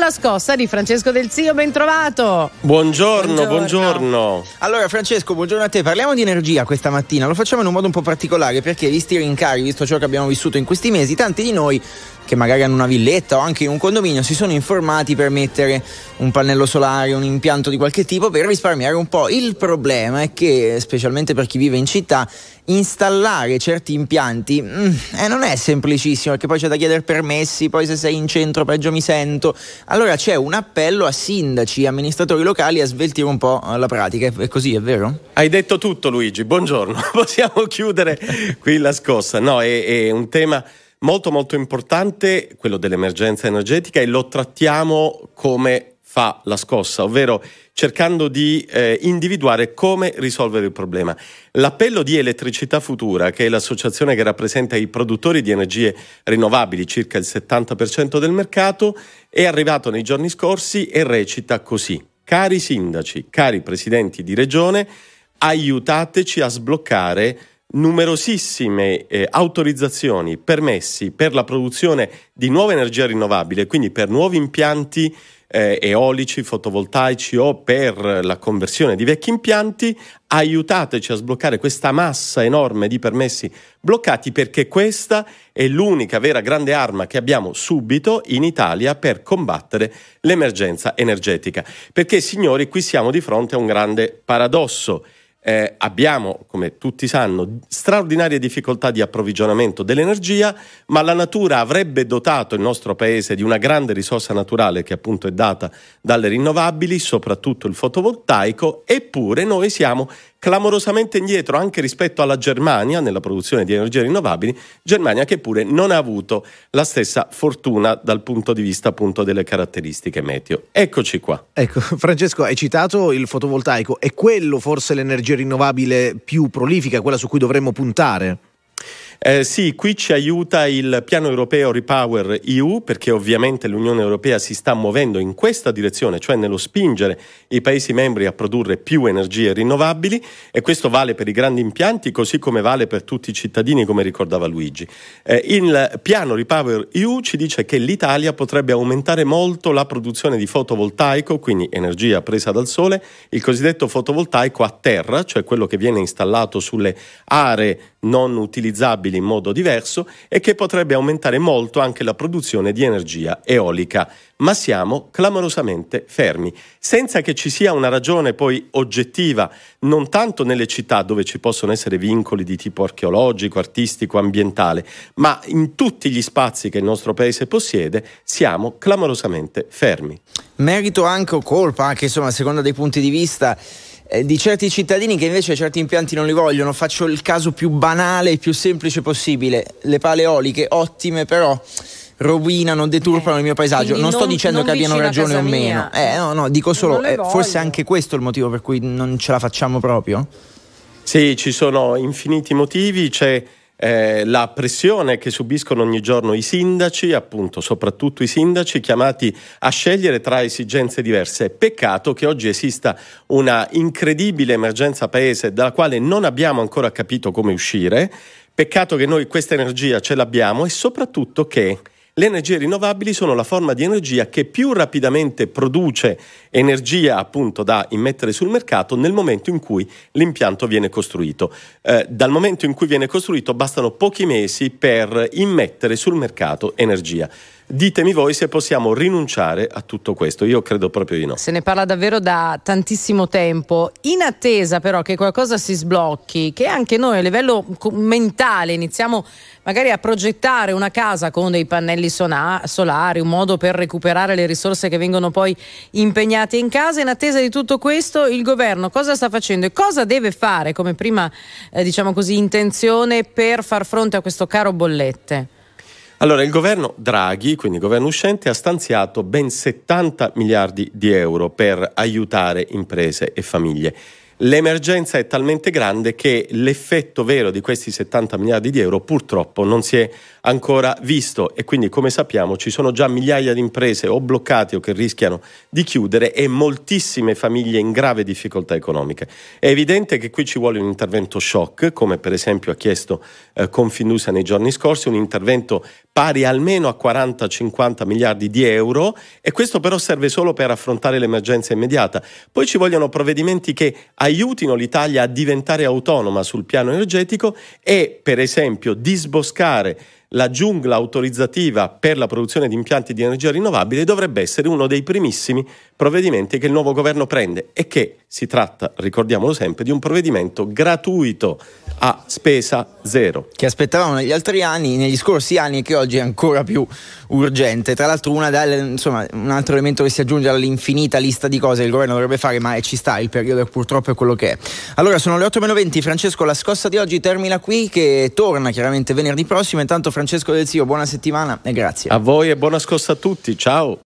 La scossa di Francesco Del Zio, ben trovato. Buongiorno. Allora Francesco, buongiorno a te. Parliamo di energia questa mattina. Lo facciamo in un modo un po' particolare perché visti i rincari, visto ciò che abbiamo vissuto in questi mesi, tanti di noi che magari hanno una villetta o anche in un condominio si sono informati per mettere un pannello solare, un impianto di qualche tipo per risparmiare un po'. Il problema è che, specialmente per chi vive in città, installare certi impianti non è semplicissimo, perché poi c'è da chiedere permessi, poi se sei in centro peggio mi sento. Allora c'è un appello a sindaci, amministratori locali a sveltire un po' la pratica. È così, è vero? Hai detto tutto, Luigi, buongiorno. Possiamo chiudere qui la scossa. No, è un tema molto molto importante, quello dell'emergenza energetica, e lo trattiamo come fa la scossa, ovvero cercando di individuare come risolvere il problema. L'appello di Elettricità Futura, che è l'associazione che rappresenta i produttori di energie rinnovabili, circa il 70% del mercato, è arrivato nei giorni scorsi e recita così: cari sindaci, cari presidenti di regione, aiutateci a sbloccare numerosissime autorizzazioni, permessi per la produzione di nuova energia rinnovabile, quindi per nuovi impianti eolici, fotovoltaici o per la conversione di vecchi impianti. Aiutateci a sbloccare questa massa enorme di permessi bloccati, perché questa è l'unica vera grande arma che abbiamo subito in Italia per combattere l'emergenza energetica. Perché, signori, qui siamo di fronte a un grande paradosso. Abbiamo, come tutti sanno, straordinarie difficoltà di approvvigionamento dell'energia, ma la natura avrebbe dotato il nostro paese di una grande risorsa naturale che appunto è data dalle rinnovabili, soprattutto il fotovoltaico, eppure noi siamo clamorosamente indietro anche rispetto alla Germania nella produzione di energie rinnovabili, Germania che pure non ha avuto la stessa fortuna dal punto di vista appunto delle caratteristiche meteo. Eccoci qua. Ecco, Francesco, hai citato il fotovoltaico, è quello forse l'energia rinnovabile più prolifica, quella su cui dovremmo puntare? Sì, qui ci aiuta il piano europeo Repower EU, perché ovviamente l'Unione Europea si sta muovendo in questa direzione, cioè nello spingere i Paesi membri a produrre più energie rinnovabili, e questo vale per i grandi impianti così come vale per tutti i cittadini, come ricordava Luigi. Il piano Repower EU ci dice che l'Italia potrebbe aumentare molto la produzione di fotovoltaico, quindi energia presa dal sole, il cosiddetto fotovoltaico a terra, cioè quello che viene installato sulle aree non utilizzabili in modo diverso, e che potrebbe aumentare molto anche la produzione di energia eolica. Ma siamo clamorosamente fermi, senza che ci sia una ragione poi oggettiva, non tanto nelle città dove ci possono essere vincoli di tipo archeologico, artistico, ambientale, ma in tutti gli spazi che il nostro paese possiede, siamo clamorosamente fermi. Merito anche o colpa, anche insomma a seconda dei punti di vista, di certi cittadini che invece certi impianti non li vogliono. Faccio il caso più banale e più semplice possibile: le pale eoliche ottime, però rovinano, deturpano il mio paesaggio. Non sto dicendo che abbiano ragione o meno, no, dico solo forse anche questo è il motivo per cui non ce la facciamo proprio? Sì, ci sono infiniti motivi. C'è la pressione che subiscono ogni giorno i sindaci, appunto soprattutto i sindaci, chiamati a scegliere tra esigenze diverse. Peccato che oggi esista una incredibile emergenza paese dalla quale non abbiamo ancora capito come uscire. Peccato che noi questa energia ce l'abbiamo, e soprattutto che le energie rinnovabili sono la forma di energia che più rapidamente produce energia appunto da immettere sul mercato nel momento in cui l'impianto viene costruito. Dal momento in cui viene costruito bastano pochi mesi per immettere sul mercato energia. Ditemi voi se possiamo rinunciare a tutto questo. Io credo proprio di no. Se ne parla davvero da tantissimo tempo, in attesa però che qualcosa si sblocchi, che anche noi a livello mentale iniziamo magari a progettare una casa con dei pannelli solari, un modo per recuperare le risorse che vengono poi impegnate in casa. In attesa di tutto questo, il governo cosa sta facendo e cosa deve fare come prima diciamo così intenzione per far fronte a questo caro bollette? Allora, il governo Draghi, quindi il governo uscente, ha stanziato ben 70 miliardi di euro per aiutare imprese e famiglie. L'emergenza è talmente grande che l'effetto vero di questi 70 miliardi di euro purtroppo non si è ancora visto, e quindi, come sappiamo, ci sono già migliaia di imprese o bloccate o che rischiano di chiudere e moltissime famiglie in grave difficoltà economiche. È evidente che qui ci vuole un intervento shock, come per esempio ha chiesto Confindustria nei giorni scorsi, un intervento pari almeno a 40-50 miliardi di euro, e questo però serve solo per affrontare l'emergenza immediata. Poi ci vogliono provvedimenti che aiutino l'Italia a diventare autonoma sul piano energetico e, per esempio, disboscare la giungla autorizzativa per la produzione di impianti di energia rinnovabile dovrebbe essere uno dei primissimi provvedimenti che il nuovo governo prende, e che si tratta, ricordiamolo sempre, di un provvedimento gratuito a spesa zero, che aspettavamo negli scorsi anni e che oggi è ancora più urgente. Tra l'altro un altro elemento che si aggiunge all'infinita lista di cose che il governo dovrebbe fare, ma ci sta, il periodo purtroppo è quello che è. Allora sono le 8:20. Francesco, la scossa di oggi termina qui, che torna chiaramente venerdì prossimo. Intanto Francesco Del Zio, buona settimana e grazie. A voi e buona scossa a tutti, ciao.